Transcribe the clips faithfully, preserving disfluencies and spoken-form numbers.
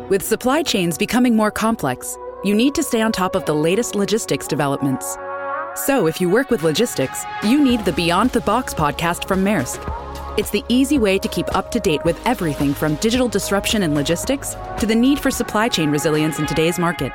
With supply chains becoming more complex, you need to stay on top of the latest logistics developments. So if you work with logistics, you need the Beyond the Box podcast from Maersk. It's the easy way to keep up to date with everything from digital disruption in logistics to the need for supply chain resilience in today's market.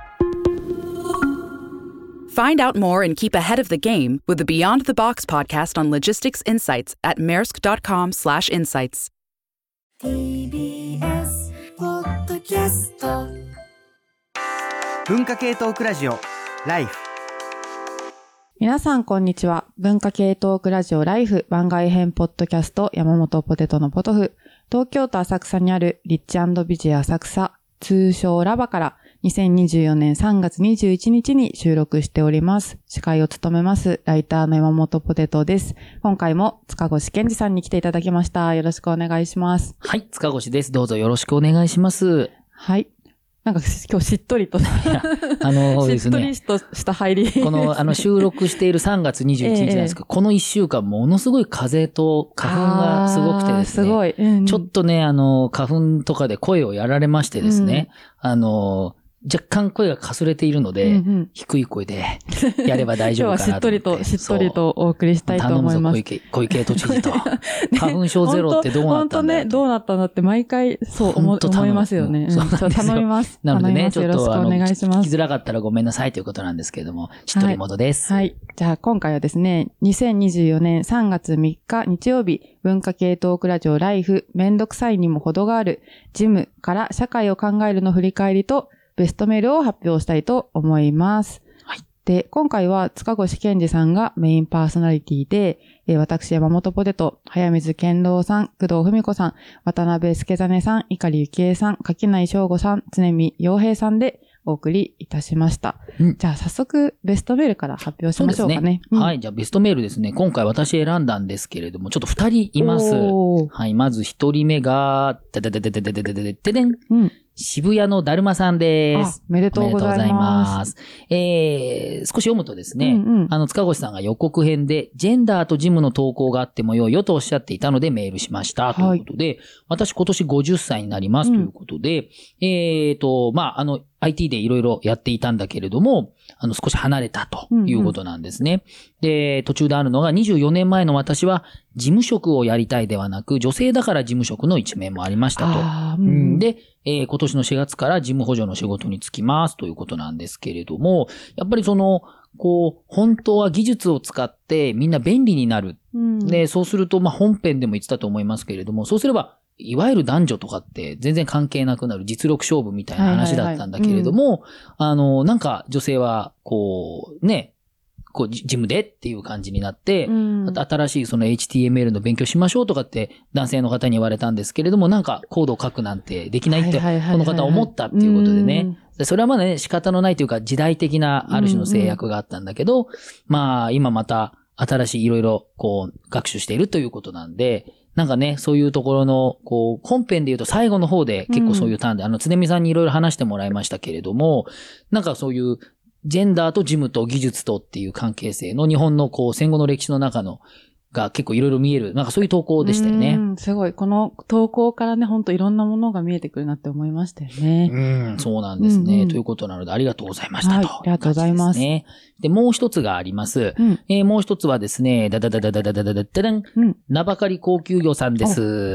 Find out more and keep ahead of the game with the Beyond the Box podcast on logistics insights at maersk.com slash insights. ティービーエス ポッドキャスト文化系トークラジオライフ。 皆さんこんにちは。文化系トークラジオライフ番外編ポッドキャスト山本ポテトのポトフ、東京都浅草にあるリッチ&ビジェ浅草通称ラバからにせんにじゅうよねんさんがつにじゅういちにちに収録しております。司会を務めますライターの山本ポテトです。今回も塚越健二さんに来ていただきました。よろしくお願いします。 はい、塚越です。どうぞよろしくお願いします。 はい。なんか今日しっとりとあのですね、 しっとりとした入りこのあの収録しているさんがつにじゅういちにちなんですけど、えー、このいっしゅうかんものすごい風と花粉がすごくてですね、 すごい、うん、 ちょっとねあの花粉とかで声をやられましてですね、うん、あの若干声がかすれているので、うんうん、低い声でやれば大丈夫かなと思って。今日はしっとりと、しっとりとお送りしたいと思います。頼むぞ、小池、小池都知事と。花粉症ゼロってどうなったんだよ。本当ね、 どうなったんだって毎回、そう思、思いますよね。うん、そう頼みます。 なのでね、ちょっと、 よろしくお願いします。 聞きづらかったらごめんなさいということなんですけれども、しっとりもとです。 はい。はい。じゃあ今回はですね、にせんにじゅうよねんさんがつみっか日曜日、文化系トークラジオライフ、めんどくさいにも程がある、ジムから社会を考えるの振り返りと、ベストメールを発表したいと思います。はい。で、今回は塚越健二さんがメインパーソナリティで、えー、私山本ポテト、早水健郎さん、工藤文子さん、渡辺助真さん、碇幸恵さん、垣内翔吾さん、常見洋平さんでお送りいたしました。うん、じゃあ早速ベストメールから発表しましょうかね。 そうですね。うん、はい。じゃあベストメールですね。今回私選んだんですけれども、ちょっと二人います。はい。まず一人目が、てててててててててててん。うん。渋谷のだるまさんです。 おめでとうございます。 えー、少し読むとですね、うんうん、あの、塚越さんが予告編で、ジェンダーとジムの投稿があってもよいよとおっしゃっていたのでメールしました。ということで、はい、私今年ごじゅっさいになりますということで、うん、えーと、まあ、あの、アイティー でいろいろやっていたんだけれども、あの、少し離れたということなんですね。うんうん、で、途中であるのがにじゅうよねんまえの私は、事務職をやりたいではなく、女性だから事務職の一面もありましたと。うん、で、えー、今年のしがつから事務補助の仕事に就きますということなんですけれども、やっぱりその、こう、本当は技術を使ってみんな便利になる。うん、で、そうすると、まあ、本編でも言ってたと思いますけれども、そうすれば、いわゆる男女とかって全然関係なくなる実力勝負みたいな話だったんだけれども、はいはいはいうん、あの、なんか女性は、こう、ね、こう、ジムでっていう感じになって、うん、新しいその エイチティーエムエル の勉強しましょうとかって男性の方に言われたんですけれども、なんかコードを書くなんてできないって、この方思ったっていうことでね、うん、それはまだね、仕方のないというか時代的なある種の制約があったんだけど、うんうん、まあ、今また新しいいろいろこう、学習しているということなんで、なんかね、そういうところの、こう、本編で言うと最後の方で結構そういうターンで、うん、あの、つねみさんにいろいろ話してもらいましたけれども、なんかそういう、ジェンダーとジムと技術とっていう関係性の日本のこう、戦後の歴史の中の、が結構いろいろ見える、なんかそういう投稿でしたよね。 うん、すごい。この投稿からね、ほんといろんなものが見えてくるなって思いましたよね。 うん、そうなんですね、うんうん。ということなので、ありがとうございましたと、 はい。ありがとうございます。 ね。で、もう一つがあります。うん、えー、もう一つはですね、だだだだだだだだだだだん、うん、名ばかり高級魚さんです。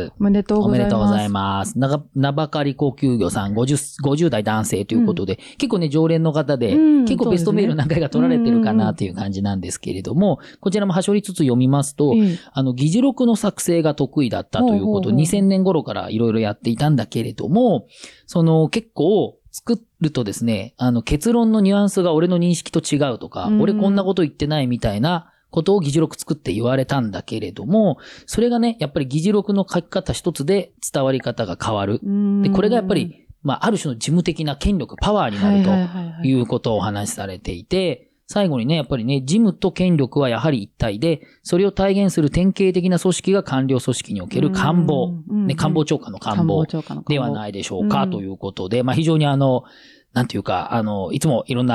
おめでとうございます。 おめでとうございます。な、名ばかり高級魚さん、ごじゅう、ごじゅう代男性ということで、うん、結構ね、常連の方で、うん、結構ベストメール何回か取られてるかなという感じなんですけれども、うん、こちらも端折りつつ読みますと、うん、あの、議事録の作成が得意だったということ、にせんねん頃からいろいろやっていたんだけれども、その結構作るとですね、あの結論のニュアンスが俺の認識と違うとか、俺こんなこと言ってないみたいなことを議事録作って言われたんだけれども、それがね、やっぱり議事録の書き方一つで伝わり方が変わる。で、これがやっぱり、まあ、ある種の事務的な権力、パワーになるということをお話しされていて、最後にね、やっぱりね、事務と権力はやはり一体で、それを体現する典型的な組織が官僚組織における官房、ね、官房長官の官房ではないでしょうか、ということで、まあ非常にあの、なんていうか、あの、いつもいろんな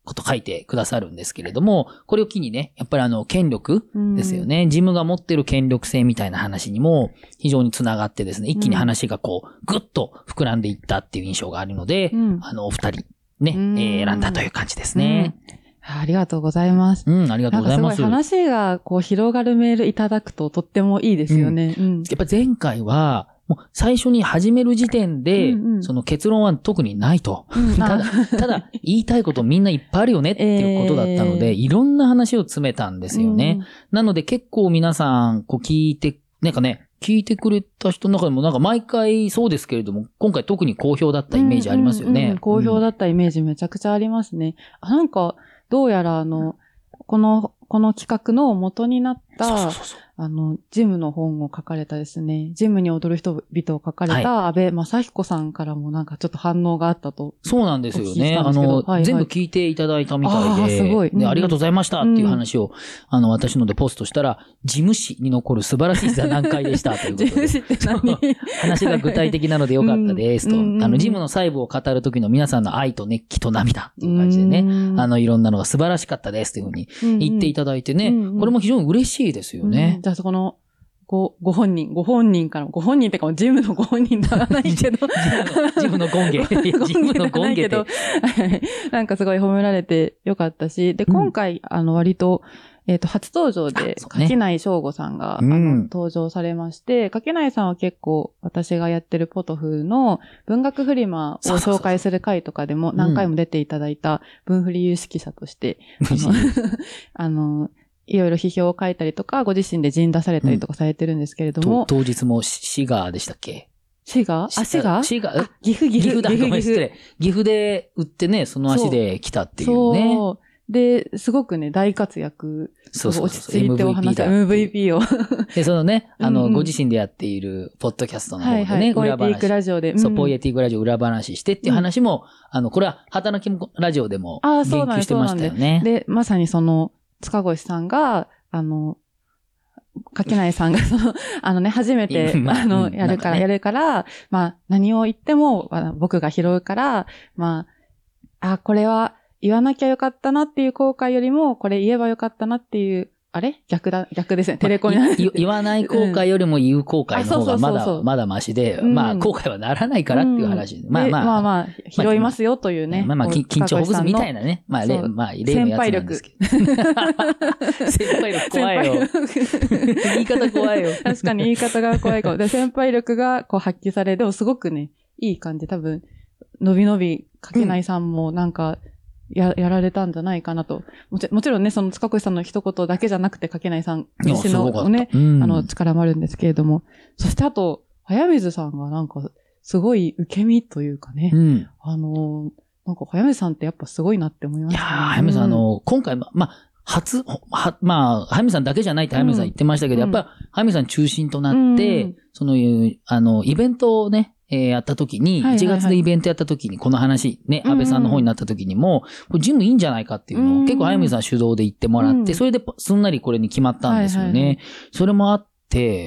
こと書いてくださるんですけれども、これを機にね、やっぱりあの、権力ですよね。うん、ジムが持ってる権力性みたいな話にも非常につながってですね、一気に話がこう、ぐっと膨らんでいったっていう印象があるので、うん、あの、お二人ね、えー、選んだという感じですね。 うん、ありがとうございます。 うん、ありがとうございます。 すごい話がこう広がるメールいただくととってもいいですよね。うん、 やっぱ前回は、もう最初に始める時点で、うんうん、その結論は特にないと。うん、ただ、ただ言いたいことみんないっぱいあるよねっていうことだったので、えー、いろんな話を詰めたんですよね。うん、なので結構皆さん、こう聞いて、なんかね、聞いてくれた人の中でもなんか毎回そうですけれども、今回特に好評だったイメージありますよね。うんうんうん、 好評だったイメージめちゃくちゃありますね。あ、なんか、どうやらあの、この、この企画の元になった、そうそうそうそう、あの、ジムの本を書かれたですね、ジムに踊る人々を書かれた安倍正彦さんからもなんかちょっと反応があったと。 そうなんですよね。あの、はいはい、全部聞いていただいたみたいで、あ、すごい、うんうん、ありがとうございましたっていう話を、うん、あの、私のでポストしたら、事務史に残る素晴らしい座談会でしたということで。事務史って何話が具体的なのでよかったですと。うんうん、あの、ジムの細部を語る時の皆さんの愛と熱気と涙っていう感じでね、あの、いろんなのが素晴らしかったですというふうに言っていただいてね、うんうん、これも非常に嬉しいですよね。 うん、じゃあそこの、ご、ご本人、ご本人から、ご本人ってかもジムのご本人ではないけど。 ジムのゴンゲ。ジムのゴンゲって。 なんかすごい褒められてよかったし、で、今回、あの、割と、えっと、初登場で、柿内翔吾さんが、あの、登場されまして、柿内さんは結構、私がやってるポトフの文学フリマを紹介する回とかでも何回も出ていただいた文振り有識者として、あの、いろいろ批評を書いたりとか、ご自身で陣出されたりとかされてるんですけれども。うん、 当日もシガーでしたっけ？ シガーあ、シガーシガー岐阜、岐阜。 岐阜だ、ごめん失礼。岐阜で売ってね、その足で来たっていうね。そう。 で、すごくね、大活躍。そうそうそう。落ち着いてお話 エムブイピー を。 で、そのね、あの、うん、ご自身でやっている、ポッドキャストの方でね、はいはい、 裏話。ポエティックラジオで。 うん、そう、ポエティックラジオ裏話してっていう話も、うん、あの、これは、働きラジオでも、言及してましたよね。 で、まさにその、塚越さんが、あの、柿内さんがその、あのね、初めて、まあ、あの、やるから、ね、やるから、まあ、何を言っても、僕が拾うから、まあ、あ、これは言わなきゃよかったなっていう後悔よりも、これ言えばよかったなっていう、あれ逆だ、逆ですね。テレコになる。 言わない後悔よりも言う後悔の方がまだ、まだマシで、うん、まあ、後悔はならないからっていう話。うん、まあまあ。 まあまあ、拾いますよというね。 まあまあ、緊張ほぐすみたいなね。まあ、例、まあ、例のやつなんですけど。先輩力怖いよ。言い方怖いよ。 確かに言い方が怖いかも。で、先輩力がこう発揮され、でもすごくね、いい感じ。多分、のびのび、かけないさんもなんか、うんや、やられたんじゃないかなと。もち、もちろんね、その塚越さんの一言だけじゃなくて、かけないさん自身のね、うん、あの、力もあるんですけれども。そしてあと、早水さんがなんか、すごい受け身というかね。うん、あの、なんか早水さんってやっぱすごいなって思いましたね。 いやー、早水さん、あの、今回、まあ、初、は、まあ、早水さんだけじゃないって早水さん言ってましたけど、うん、やっぱり早水さん中心となって、うん、その、あの、イベントをね、えー、やった時に、いちがつでイベントやった時に、この話、ね、安倍さんの方になった時にも、これジムいいんじゃないかっていうのを、結構早水さん主導で言ってもらって、それですんなりこれに決まったんですよね。それもあって、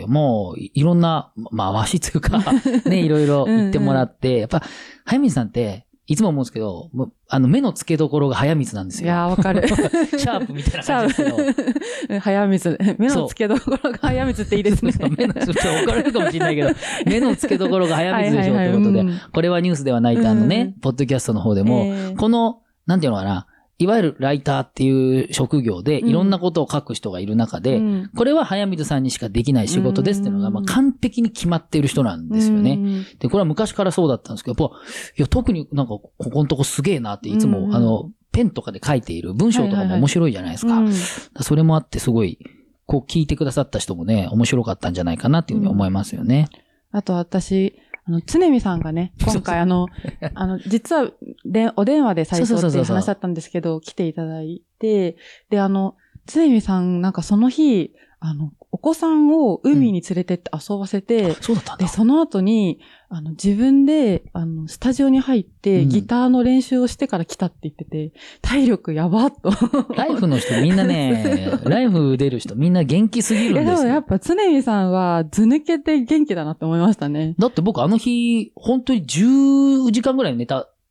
もう、いろんな、まあ、わしというか、ね、いろいろ言ってもらって、やっぱ、早水さんって、いつも思うんですけど、もうあの、目の付けどころが早水なんですよ。 いやー、わかる。 シャープみたいな感じですけど。 早水。目の付けどころが早水っていいですね。 目の、ちょっと怒られるかもしれないけど、目の付けどころが早水でしょうということで、これはニュースではないとあのね、ポッドキャストの方でも、この、なんていうのかな、いわゆるライターっていう職業でいろんなことを書く人がいる中で、うん、これは早水さんにしかできない仕事ですっていうのが、まあ、完璧に決まっている人なんですよね。うん、で、これは昔からそうだったんですけど、やっぱ、いや、特になんかここのとこすげえなっていつも、うん、あの、ペンとかで書いている文章とかも面白いじゃないですか。はいはいはい、それもあってすごい、こう聞いてくださった人もね、面白かったんじゃないかなっていうふうに思いますよね。 うん、あと私、あの、つねみさんがね、今回あの、あの、実は、で、お電話で最初っていう話だったんですけど、来ていただいて、で、あの、つねみさん、なんかその日、あの、お子さんを海に連れてって遊ばせて、うん、 そうだったんだ。 で、その後に、あの、自分で、あの、スタジオに入って、ギターの練習をしてから来たって言ってて、体力やばっと。 ライフの人みんなね、ライフ出る人みんな元気すぎるんですよ。 でもやっぱ、つねみさんは、ず抜けて元気だなって思いましたね。 だって僕あの日、本当にじゅうじかんぐらい寝た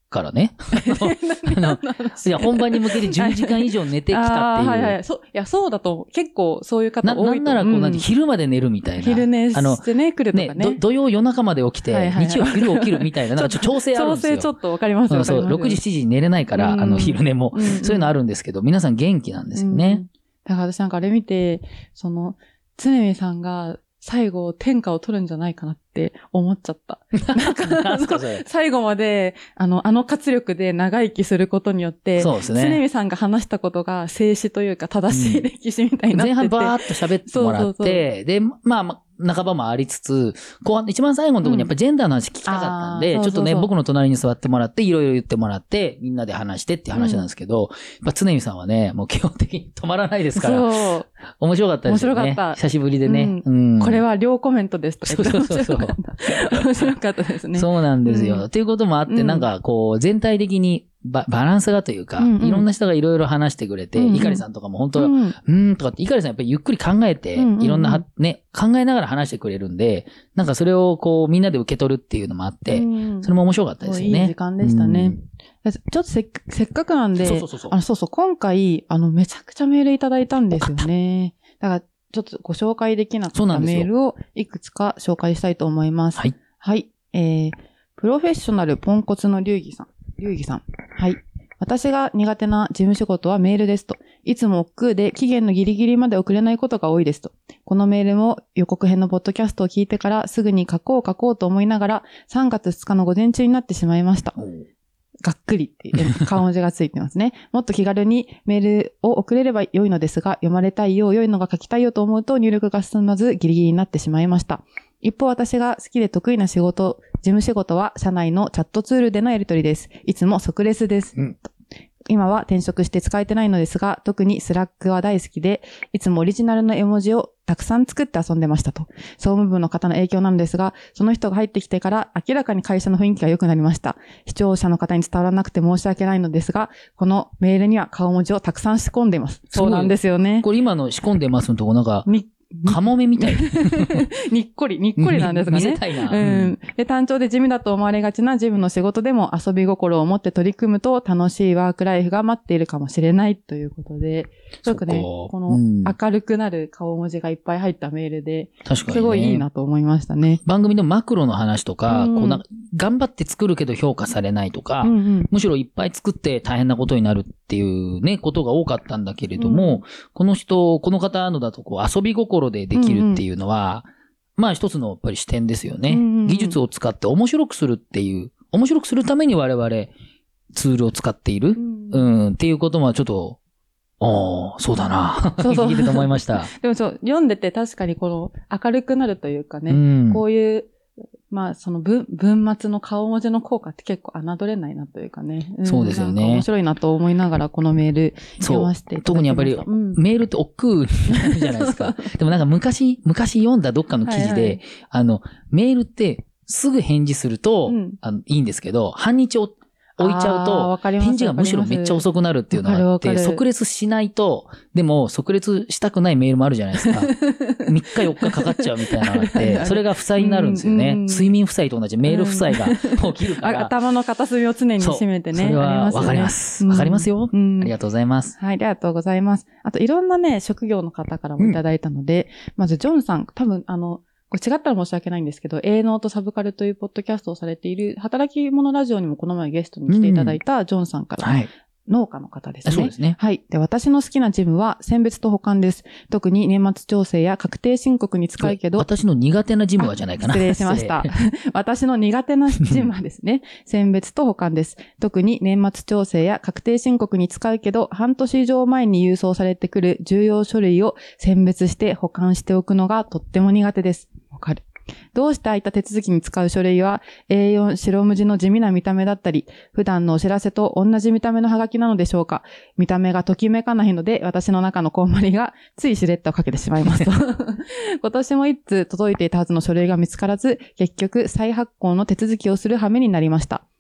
からね。あのいや、本番に向けてじゅうじかん以上寝てきたっていう。 はいはい。そう、いや、そうだと思う。結構そういう方多いと思う。 な、なんならこう、なんて、昼まで寝るみたいな。 昼寝してね、来るとかね。 ね、土曜夜中まで起きて、はいはいはい、日曜昼起きるみたいな、なんかちょっと調整あるんですよ。 調整ちょっとわかりますよ。 そう、ろくじしちじに寝れないから、あの、昼寝も、うん、そういうのあるんですけど、皆さん元気なんですよね。うん、 だから私なんかあれ見て、その、常見さんが、最後、天下を取るんじゃないかなって思っちゃった。なんか、最後まで、あの、あの活力で長生きすることによって、そうですね。常見さんが話したことが静止というか正しい歴史みたいになってて、うん、前半バーッと喋ってもらって、そうそうそうで、まあまあ、半ばもありつつ、後半、一番最後のところにやっぱりジェンダーの話聞きたかったんで、うん、ちょっとね、そうそうそう僕の隣に座ってもらって、いろいろ言ってもらって、みんなで話してっていう話なんですけど、うん、やっぱ常見さんはね、もう基本的に止まらないですから、そう面白かったですよね。面白かった。久しぶりでね。 うんうん、これは両コメントですとか言って。そうそうそう。面白かったですね。 そうなんですよ。っていうこともあって、なんかこう、全体的に、バ, バランスがというか、うんうん、いろんな人がいろいろ話してくれて、いかりさんとかも本当、うん、うーんとかって、いかりさんやっぱりゆっくり考えて、うんうんうん、いろんなね、考えながら話してくれるんで、なんかそれをこうみんなで受け取るっていうのもあって、うん、それも面白かったですよね。 いい時間でしたね。うん、ちょっとせっ、せっかくなんで、そうそうそうそう。あの、そうそう、今回、あの、めちゃくちゃメールいただいたんですよね。だから、ちょっとご紹介できなかったメールをいくつか紹介したいと思います。はい。はい。えー、プロフェッショナルポンコツの龍儀さん。龍儀さん。はい。私が苦手な事務仕事はメールですと。いつも億劫で期限のギリギリまで送れないことが多いですと。このメールも予告編のポッドキャストを聞いてからすぐに書こう書こうと思いながらさんがつふつかの午前中になってしまいました。がっくりっていう顔文字がついてますね。もっと気軽にメールを送れれば良いのですが、読まれたいよう良いのが書きたいよと思うと入力が進まずギリギリになってしまいました。一方私が好きで得意な仕事、事務仕事は社内のチャットツールでのやり取りです。いつも即レスです。うん、今は転職して使えてないのですが、特にスラックは大好きで、いつもオリジナルの絵文字をたくさん作って遊んでましたと。総務部の方の影響なんですが、その人が入ってきてから明らかに会社の雰囲気が良くなりました。視聴者の方に伝わらなくて申し訳ないのですが、このメールには顔文字をたくさん仕込んでいます。そうなんですよね。 これ今の仕込んでますのとこなんか、カモメみたい。 にっこり、にっこりなんですかね。 見せたいな。 うん。で、単調で地味だと思われがちな事務の仕事でも遊び心を持って取り組むと楽しいワークライフが待っているかもしれないということで、すごくね、この明るくなる顔文字がいっぱい入ったメールで、確かにね、すごいいいなと思いましたね。 番組のマクロの話とか、うん、こうなんか頑張って作るけど評価されないとか、うんうん、むしろいっぱい作って大変なことになるっていうね、ことが多かったんだけれども、うん、この人、この方のだとこう遊び心でできるっていうのは、うんうん、まあ一つのやっぱり視点ですよね、うんうんうん。技術を使って面白くするっていう、面白くするために我々ツールを使っている、うん、うん、っていうこともちょっと、ああ、そうだな。そうそう。聞いてと思いました。 でもそう、読んでて確かにこの明るくなるというかね、うん、こういう、まあその文、文末の顔文字の効果って結構侮れないなというかね。 うん、そうですよね。 面白いなと思いながらこのメール読ませていただきました。 特にやっぱり、うん、メールって億劫になるじゃないですか。でもなんか昔、昔読んだどっかの記事で、はいはい、あの、メールってすぐ返事すると、うん、あのいいんですけど、半日お置いちゃうと、返事がむしろめっちゃ遅くなるっていうのがあって、即列しないと、でも即列したくないメールもあるじゃないですか。みっかよっかかかっちゃうみたいなのがあって、それが負債になるんですよね。睡眠負債と同じメール負債が起きるから。 頭の片隅を常に締めてね。 それはわかります。わかりますよ。ありがとうございます。 はい、ありがとうございます。あといろんなね、職業の方からもいただいたので、まずジョンさん、多分あの、これ違ったら申し訳ないんですけど、営農とサブカルというポッドキャストをされている、働き者ラジオにもこの前ゲストに来ていただいたジョンさんから、うんはい、農家の方ですね。 そうですね。 はい。で、私の好きなジムは選別と保管です。特に年末調整や確定申告に使うけど。 私の苦手なジムはじゃないかな。 失礼しました。私の苦手なジムはですね、選別と保管です。特に年末調整や確定申告に使うけど、半年以上前に郵送されてくる重要書類を選別して保管しておくのがとっても苦手です。わかる。どうして空いた手続きに使う書類は エーよん 白無地の地味な見た目だったり、普段のお知らせと同じ見た目のハガキなのでしょうか。見た目がときめかないので、私の中のこんまりがついしれっとかけてしまいますと。今年も一通届いていたはずの書類が見つからず、結局再発行の手続きをする羽目になりました。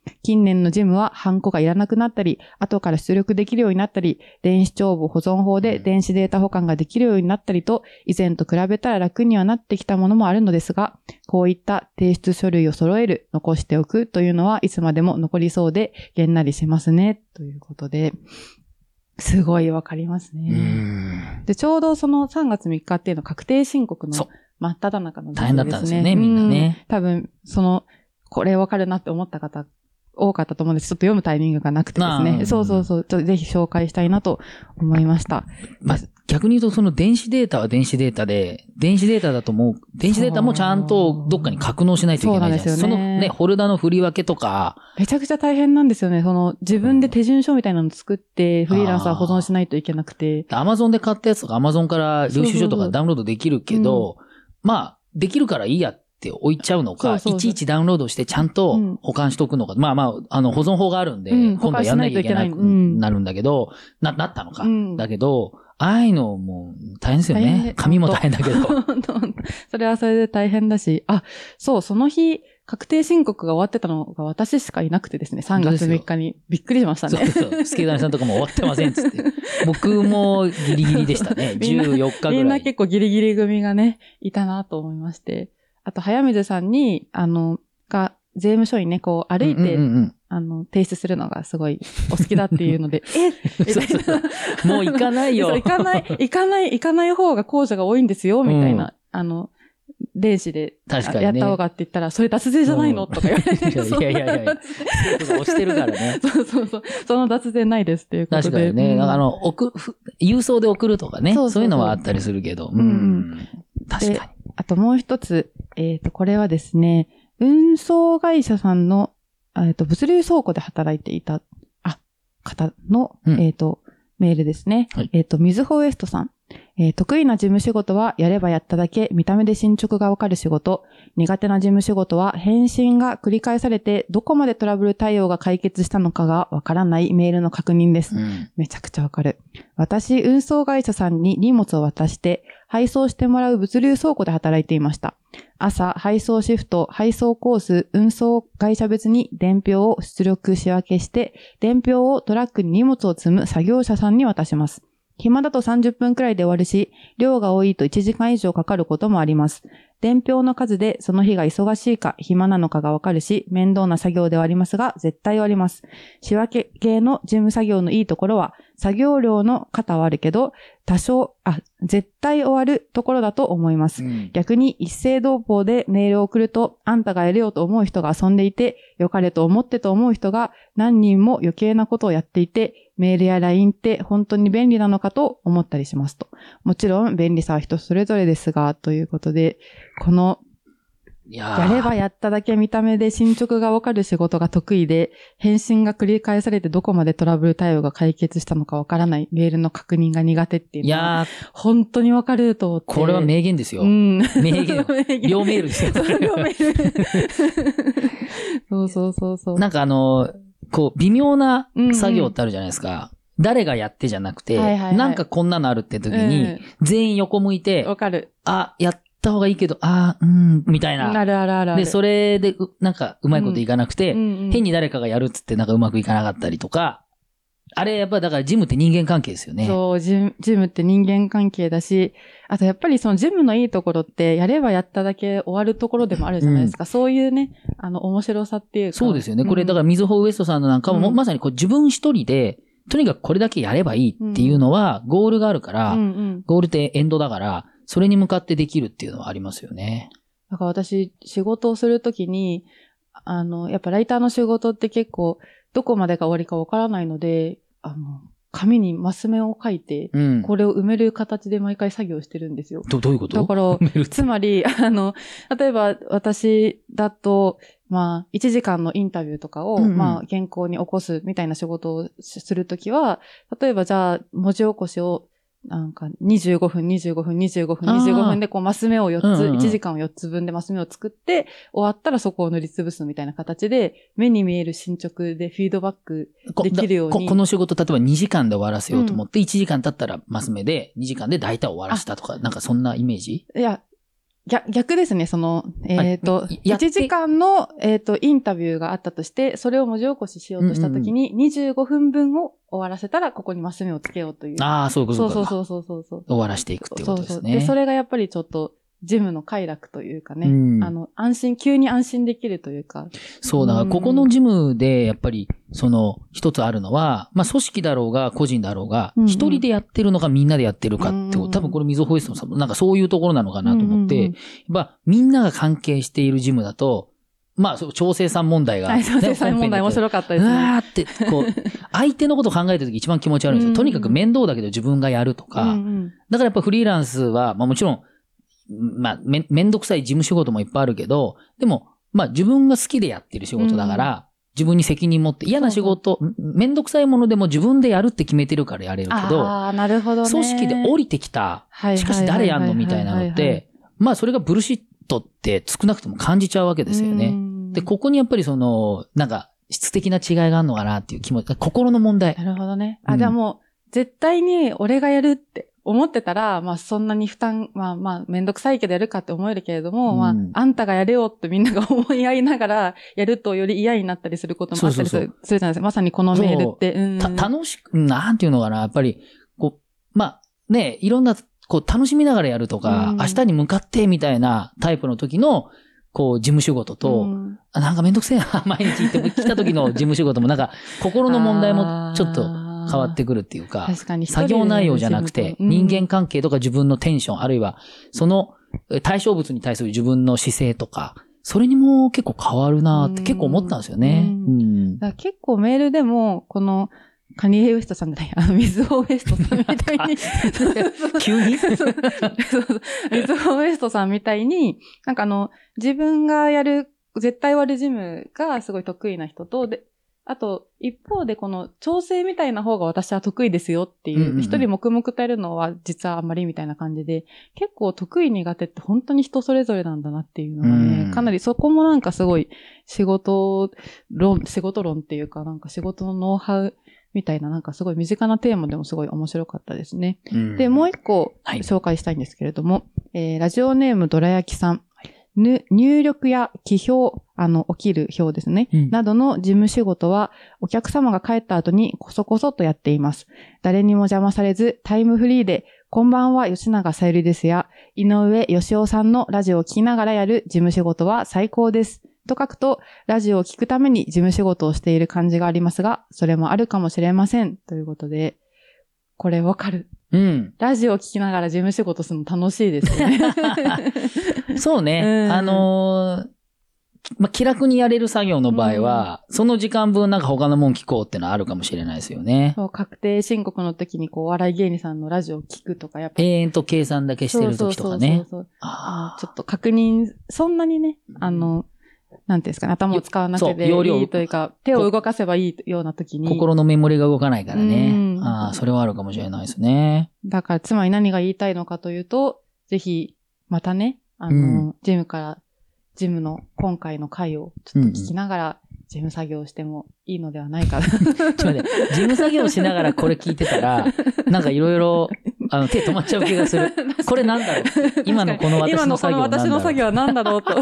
近年の事務はハンコがいらなくなったり、後から出力できるようになったり、電子帳簿保存法で電子データ保管ができるようになったりと、以前と比べたら楽にはなってきたものもあるのですが、こういった提出書類を揃える、残しておくというのはいつまでも残りそうで、げんなりしますね、ということで、すごいわかりますね。で、ちょうどそのさんがつみっかっていうの確定申告の真っ只中の時期ですね。 大変だったんですよね、みんなね。 多分、その、これわかるなって思った方、多かったと思うんです。ちょっと読むタイミングがなくてですね。そうそうそう。ちょっとぜひ紹介したいなと思いました。 まあ、逆に言うとその電子データは電子データで、電子データだともう、電子データもちゃんとどっかに格納しないといけないじゃないですか。そうなんですよね。そのね、ホルダーの振り分けとか。 めちゃくちゃ大変なんですよね。その自分で手順書みたいなの作って、フリーランスは保存しないといけなくて。 アマゾンで買ったやつとかアマゾンから領収書とかダウンロードできるけど、うん、まあ、できるからいいやって置いちゃうのか、そうそうそういちいちダウンロードしてちゃんと保管しとくのか、うん、まあまあ、あの、保存法があるんで、うん、今度はやんなきゃいけなくなるんだけど、うん、な、なったのか。うん、だけど、ああいうのも大変ですよね。紙も大変だけど。 それはそれで大変だし、あ、そう、その日、確定申告が終わってたのが私しかいなくてですね、さんがつみっかに。びっくりしましたね。 そうそう。スケダニさんとかも終わってませんっつって。僕もギリギリでしたね。じゅうよっかぐらい。 みんな結構ギリギリ組がね、いたなと思いまして。あと、早水さんに、あの、が、税務署にね、こう、歩いて、うんうんうん、あの、提出するのがすごいお好きだっていうので、えそうそうもう行かないよ。 行かない、行かない、行かない方が控除が多いんですよ、みたいな、うん、あの、電子でやった方がって言ったら、それ脱税じゃないの、うん、とか言われて。 いやいやいやいや、押してるからね。 そうそうそう。その脱税ないですっていうことで。 確かにね。うん、あの、送、郵送で送るとかね。そうそうそう。そういうのはあったりするけど。うん。うん、確かに。 あともう一つ、えっと、これはですね、運送会社さんの、えっと、物流倉庫で働いていた、あ、方の、うん、えっと、メールですね。はい、えっと、みずほウエストさん。えー、得意な事務仕事はやればやっただけ見た目で進捗がわかる仕事。苦手な事務仕事は返信が繰り返されてどこまでトラブル対応が解決したのかがわからないメールの確認です。うん、めちゃくちゃわかる。私、運送会社さんに荷物を渡して配送してもらう物流倉庫で働いていました。朝、配送シフト、配送コース、運送会社別に伝票を出力仕分けして、伝票をトラックに荷物を積む作業者さんに渡します。暇だとさんじゅっぷんくらいで終わるし、量が多いといちじかん以上かかることもあります。伝票の数でその日が忙しいか暇なのかがわかるし、面倒な作業ではありますが、絶対終わります。仕分け系の事務作業のいいところは、作業量の型はあるけど、多少、あ、絶対終わるところだと思います。うん、逆に一斉同行でメールを送ると、あんたがやれようと思う人が遊んでいて、良かれと思ってと思う人が何人も余計なことをやっていて、メールや ライン って本当に便利なのかと思ったりしますと。もちろん便利さは人それぞれですが、ということで、この、やればやっただけ見た目で進捗がわかる仕事が得意で、返信が繰り返されてどこまでトラブル対応が解決したのかわからないメールの確認が苦手っていうのは、いや本当にわかると思って。 これは名言ですよ。うん、名言。両メールですよ。 両メール。そうそうそうそう。 なんかあの、こう、微妙な作業ってあるじゃないですか。うんうん、誰がやってじゃなくて、はいはいはい、なんかこんなのあるって時に、うん、全員横向いて、 わかる。 あ、やった方がいいけど、あ、うん、みたいな。 あるあるあるある。 で、それで、なんかうまいこといかなくて、うんうんうん、変に誰かがやるっつってなんかうまくいかなかったりとか、あれやっぱだからジムって人間関係ですよね。 そう、ジム、ジムって人間関係だし、あとやっぱりそのジムのいいところってやればやっただけ終わるところでもあるじゃないですか。うん、そういうね、あの面白さっていうか。 そうですよね。これだからみずほウエストさんのなんかも、うん、まさにこう自分一人で、とにかくこれだけやればいいっていうのはゴールがあるから、うんうん、ゴールってエンドだから、それに向かってできるっていうのはありますよね。 だから私仕事をするときに、あの、やっぱライターの仕事って結構どこまでが終わりかわからないので、あの、紙にマス目を書いて、うん、これを埋める形で毎回作業してるんですよ。 ど、どういうこと？ だから、つまり、あの、例えば私だと、まあ、いちじかんのインタビューとかを、うんうん、まあ、原稿に起こすみたいな仕事をするときは、例えばじゃあ、文字起こしを、なんか、にじゅうごふん、にじゅうごふん、にじゅうごふん、にじゅうごふんで、こう、マス目をよっつ、うんうん、いちじかんをよっつぶんでマス目を作って、終わったらそこを塗りつぶすみたいな形で、目に見える進捗でフィードバックできるように。 こ, こ, この仕事、例えばにじかんで終わらせようと思って、うん、いちじかん経ったらマス目で、にじかんで大体終わらせたとか、なんかそんなイメージ？ いや、 逆、逆ですね、その、えっ、ー、と、いちじかんの、えっ、ー、と、インタビューがあったとして、それを文字起こししようとしたときに、うんうん、にじゅうごふんぶんを終わらせたら、ここにマス目をつけようという。 ああ、そういうことか。 そうそうそうそうそう。 終わらしていくっていうことですね。そうそう。 で、それがやっぱりちょっと、ジムの快楽というかね、うん、あの、安心、急に安心できるというか。 そうだ、うん、ここのジムで、やっぱり、その、一つあるのは、まあ、組織だろうが、個人だろうが、一、うんうん、人でやってるのかみんなでやってるかって、うんうん、多分これミゾホイストさんも、なんかそういうところなのかなと思って、うんうんうん、やっぱ、みんなが関係しているジムだと、まあ、調整さん問題が、ね。 調整さん問題面白かったですね。 うわーって、こう、相手のことを考えたとき一番気持ち悪いんですよ。とにかく面倒だけど自分がやるとか、うんうん、だからやっぱフリーランスは、まあもちろん、まあ、め、めんどくさい事務仕事もいっぱいあるけど、でも、まあ自分が好きでやってる仕事だから、うん、自分に責任持って嫌な仕事、そうそう、めんどくさいものでも自分でやるって決めてるからやれるけど、 ああ、なるほどね。 組織で降りてきた、しかし誰やんのみたいなのって、まあそれがブルシットって少なくとも感じちゃうわけですよね。で、ここにやっぱりその、なんか質的な違いがあるのかなっていう気持ち、心の問題。 なるほどね。あ、うん、じゃあもう、絶対に俺がやるって思ってたら、まあそんなに負担、まあまあめんどくさいけどやるかって思えるけれども、うん、まああんたがやれよってみんなが思い合いながらやるとより嫌になったりすることもあったりする、そうそうそうするじゃないですか。まさにこのメールって。うん、 た楽しく、なんていうのかな、やっぱり、こう、まあね、いろんな、こう楽しみながらやるとか、うん、明日に向かってみたいなタイプの時の、こう、事務仕事と、うん、あなんかめんどくせえな、毎日行って来た時の事務仕事もなんか、心の問題もちょっと変わってくるっていうか、 確かに作業内容じゃなくて、うん、人間関係とか自分のテンション、あるいは、その対象物に対する自分の姿勢とか、それにも結構変わるなって結構思ったんですよね。 うんうん、だ結構メールでも、この、カニエ・ウエストさんじゃない、あの、ミズオ・ウエストさんみたいに。 急にそうそうミズオ・ウエストさんみたいに、なんかあの、自分がやる、絶対割るジムがすごい得意な人と、で、あと、一方でこの調整みたいな方が私は得意ですよっていう、一、うんうん、人黙々とやるのは実はあんまりみたいな感じで、結構得意苦手って本当に人それぞれなんだなっていうのがね、うん、かなりそこもなんかすごい仕事論、仕事論っていうかなんか仕事のノウハウ、みたいな、なんかすごい身近なテーマでもすごい面白かったですね。うん、で、もう一個紹介したいんですけれども、はい、えー、ラジオネームどら焼きさん、ぬ入力や記表、あの、起きる表ですね、うん、などの事務仕事は、お客様が帰った後にこそこそとやっています。誰にも邪魔されず、タイムフリーで、こんばんは吉永さゆりですや、井上義雄さんのラジオを聞きながらやる事務仕事は最高です。と書くと、ラジオを聞くために事務仕事をしている感じがありますが、それもあるかもしれません。ということで、これわかる。 うん。 ラジオを聞きながら事務仕事するの楽しいですよね。 そうね。うん、あのー、まあ、気楽にやれる作業の場合は、うん、その時間分なんか他のもん聞こうってのはあるかもしれないですよね。 そう、確定申告の時にこう、お笑い芸人さんのラジオを聞くとか、やっぱ。 永遠と計算だけしてる時とかね。そうそうそうそうあちょっと確認、そんなにね、あの、なんていうんですかね、頭を使わなくていいというか、手を動かせばいいような時に。 心のメモリが動かないからね。ああ、それはあるかもしれないですね。 だから、つまり何が言いたいのかというと、ぜひ、またね、あの、うん、ジムから、ジムの今回の回をちょっと聞きながら、事務作業してもいいのではないかな。ちょっと待って、事務作業しながらこれ聞いてたら、なんかいろいろ、あの、手止まっちゃう気がする。これなんだろう今のこの私の作業は何だろう今のこの私の作業は何だろうと。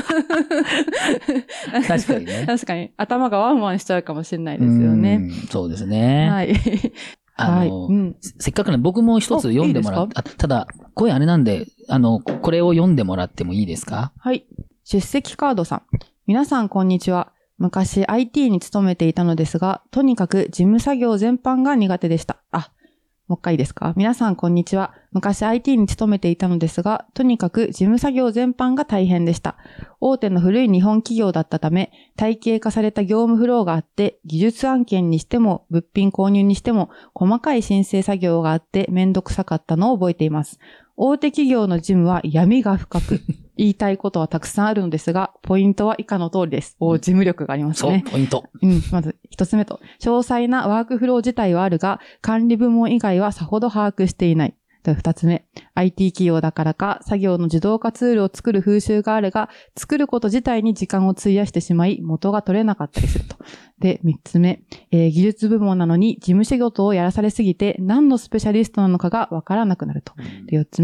確かにね。 確かに。頭がワンワンしちゃうかもしれないですよね。 そうですね。 はい。 あの、はいうん、せっかくね、僕も一つ読んでもらって、あ、ただ、声あれなんで、あの、これを読んでもらってもいいですか？ はい。出席カードさん。皆さんこんにちは。昔 アイティー に勤めていたのですが、とにかく事務作業全般が苦手でした。あ、もう一回いいですか？皆さんこんにちは。昔 アイティー に勤めていたのですが、とにかく事務作業全般が大変でした。大手の古い日本企業だったため、体系化された業務フローがあって、技術案件にしても、物品購入にしても、細かい申請作業があってめんどくさかったのを覚えています。大手企業の事務は闇が深く、言いたいことはたくさんあるのですが、ポイントは以下の通りです。お、事務力がありますね。 そう、ポイント。 うん、まず一つ目と、詳細なワークフロー自体はあるが、管理部門以外はさほど把握していない。二つ目、アイティー 企業だからか、作業の自動化ツールを作る風習があるが、作ること自体に時間を費やしてしまい、元が取れなかったりすると。で、三つ目、えー、技術部門なのに事務仕事をやらされすぎて、何のスペシャリストなのかがわからなくなると。で、四つ目、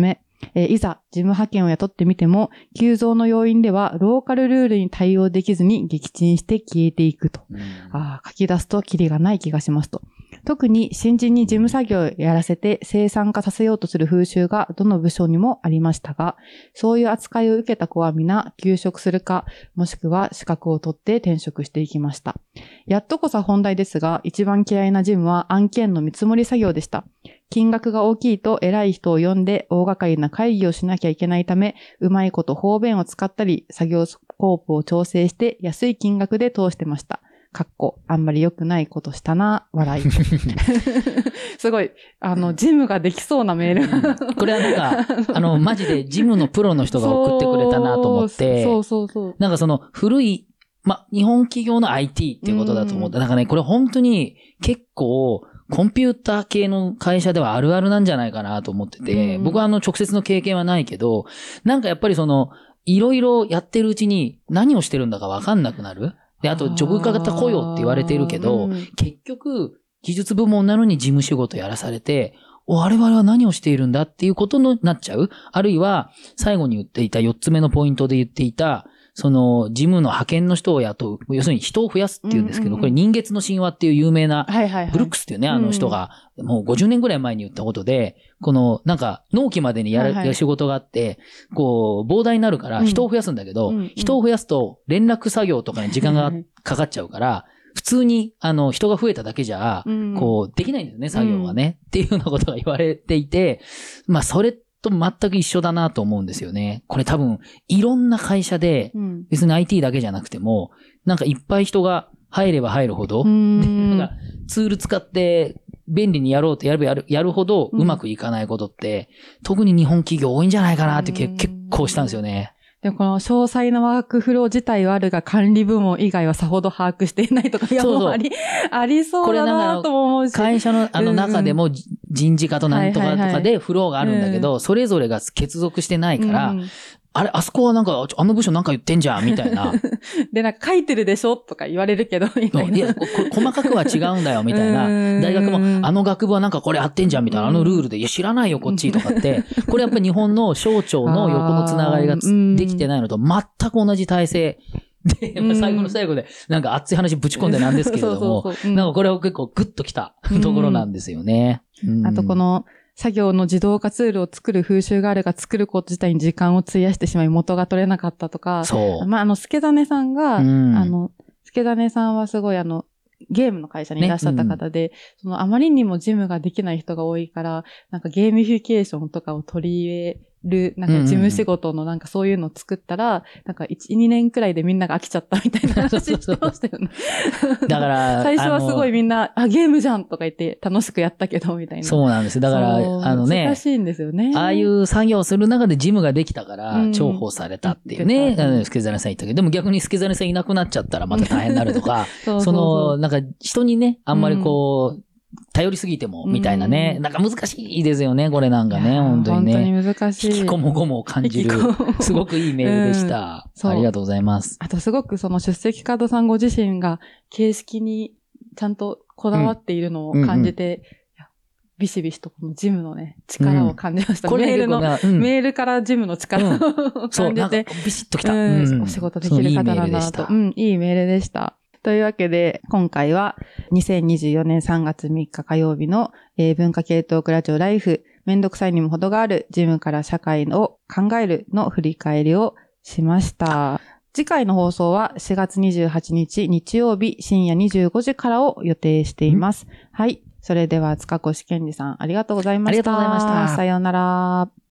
えー、いざ事務派遣を雇ってみても、急増の要因ではローカルルールに対応できずに撃沈して消えていくと。うん、あ書き出すとキリがない気がしますと。特に新人に事務作業をやらせて生産化させようとする風習がどの部署にもありましたが、そういう扱いを受けた子は皆休職するか、もしくは資格を取って転職していきました。やっとこそ本題ですが、一番嫌いな事務は案件の見積もり作業でした。金額が大きいと偉い人を呼んで大掛かりな会議をしなきゃいけないため、うまいこと方便を使ったり、作業スコープを調整して安い金額で通してました。かっこ、あんまり良くないことしたな、笑い。すごい、あの、ジムができそうなメール。 うん、これはなんか、あの、マジでジムのプロの人が送ってくれたなと思って、 そうそうそう。 なんかその古い、ま、日本企業の アイティー っていうことだと思って、なんかね、これ本当に結構、コンピューター系の会社ではあるあるなんじゃないかなと思ってて、僕はあの直接の経験はないけど、なんかやっぱりその、いろいろやってるうちに何をしてるんだかわかんなくなる。で、あと、ジョブ型雇用って言われてるけど、結局、技術部門なのに事務仕事やらされて、我々は何をしているんだっていうことになっちゃう。あるいは、最後に言っていたよっつめのポイントで言っていた、その、事務の派遣の人を雇う。要するに人を増やすっていうんですけど、これ人月の神話っていう有名な、ブルックスっていうね、あの人が、もうごじゅうねんぐらい前に言ったことで、この、なんか、納期までにやる、やる仕事があって、こう、膨大になるから人を増やすんだけど、人を増やすと連絡作業とかに時間がかかっちゃうから、普通に、あの、人が増えただけじゃ、こう、できないんですよね、作業がね。っていうようなことが言われていて、まあ、それと全く一緒だなと思うんですよね。これ多分、いろんな会社で、別に アイティー だけじゃなくても、なんかいっぱい人が入れば入るほど、なんかツール使って便利にやろうとやればやる、やるほどうまくいかないことって、特に日本企業多いんじゃないかなって結構したんですよね。 でもこの詳細なワークフロー自体はあるが管理部門以外はさほど把握していないとか、いやもうあり、ありそうだなとも思うし。 会社のあの中でも人事課と何とかとかでフローがあるんだけど、それぞれが結続してないから、あれ、あそこはなんか、あの部署なんか言ってんじゃん、みたいな。 で、なんか書いてるでしょとか言われるけど、みたいな。 いや、細かくは違うんだよ、みたいな。大学も、あの学部はなんかこれやってんじゃん、みたいな。あのルールで、いや、知らないよ、こっち、とかって。これやっぱり日本の省庁の横のつながりができてないのと全く同じ体制。で、まあ、最後の最後で、なんか熱い話ぶち込んでなんですけれども、なんかこれは結構グッときたところなんですよね。 あとこの、作業の自動化ツールを作る風習があるが作ること自体に時間を費やしてしまい元が取れなかったとか。 そう。 まあ、あの、助種さんが、うん、あの、助種さんはすごいあの、ゲームの会社にいらっしゃった方で、ねうん、そのあまりにも事務ができない人が多いから、なんかゲーミフィケーションとかを取り入れる、なんか事務仕事のなんかそういうのを作ったら、うんうん、なんかいち、にねんくらいでみんなが飽きちゃったみたいな話してましたよね。だから、最初はすごいみんな、あ、ゲームじゃんとか言って楽しくやったけど、みたいな。 そうなんです。だから、あのね。 難しいんですよね。 ああいう作業をする中で事務ができたから、重宝されたっていうね。うん、助真さん言ったけど、でも逆に助真さんいなくなっちゃったらまた大変になるとか、そうそうそうその、なんか人にね、あんまりこう、うん頼りすぎても、みたいなね。なんか難しいですよね、これなんかね、本当にね。 本当に難しい。 引きこもごもを感じる。すごくいいメールでした、うん。ありがとうございます。 あとすごくその出席カードさんご自身が形式にちゃんとこだわっているのを感じて、うんうんうん、ビシビシとこのジムのね、力を感じました。うん、メールの、うん、メールからジムの力を、うん、感じて。そう、なんかビシッときた、 うんうん。お仕事できる方なんだなと。うん、いいメールでした。というわけで、今回はにせんにじゅうよねんさんがつみっか火曜日の、えー、文化系トークラジオライフ、めんどくさいにも程がある事務から社会を考えるの振り返りをしました。次回の放送はしがつにじゅうはちにち日曜日深夜にじゅうごじからを予定しています。はい。それでは塚越健二さんありがとうございました。 ありがとうございました。 さようなら。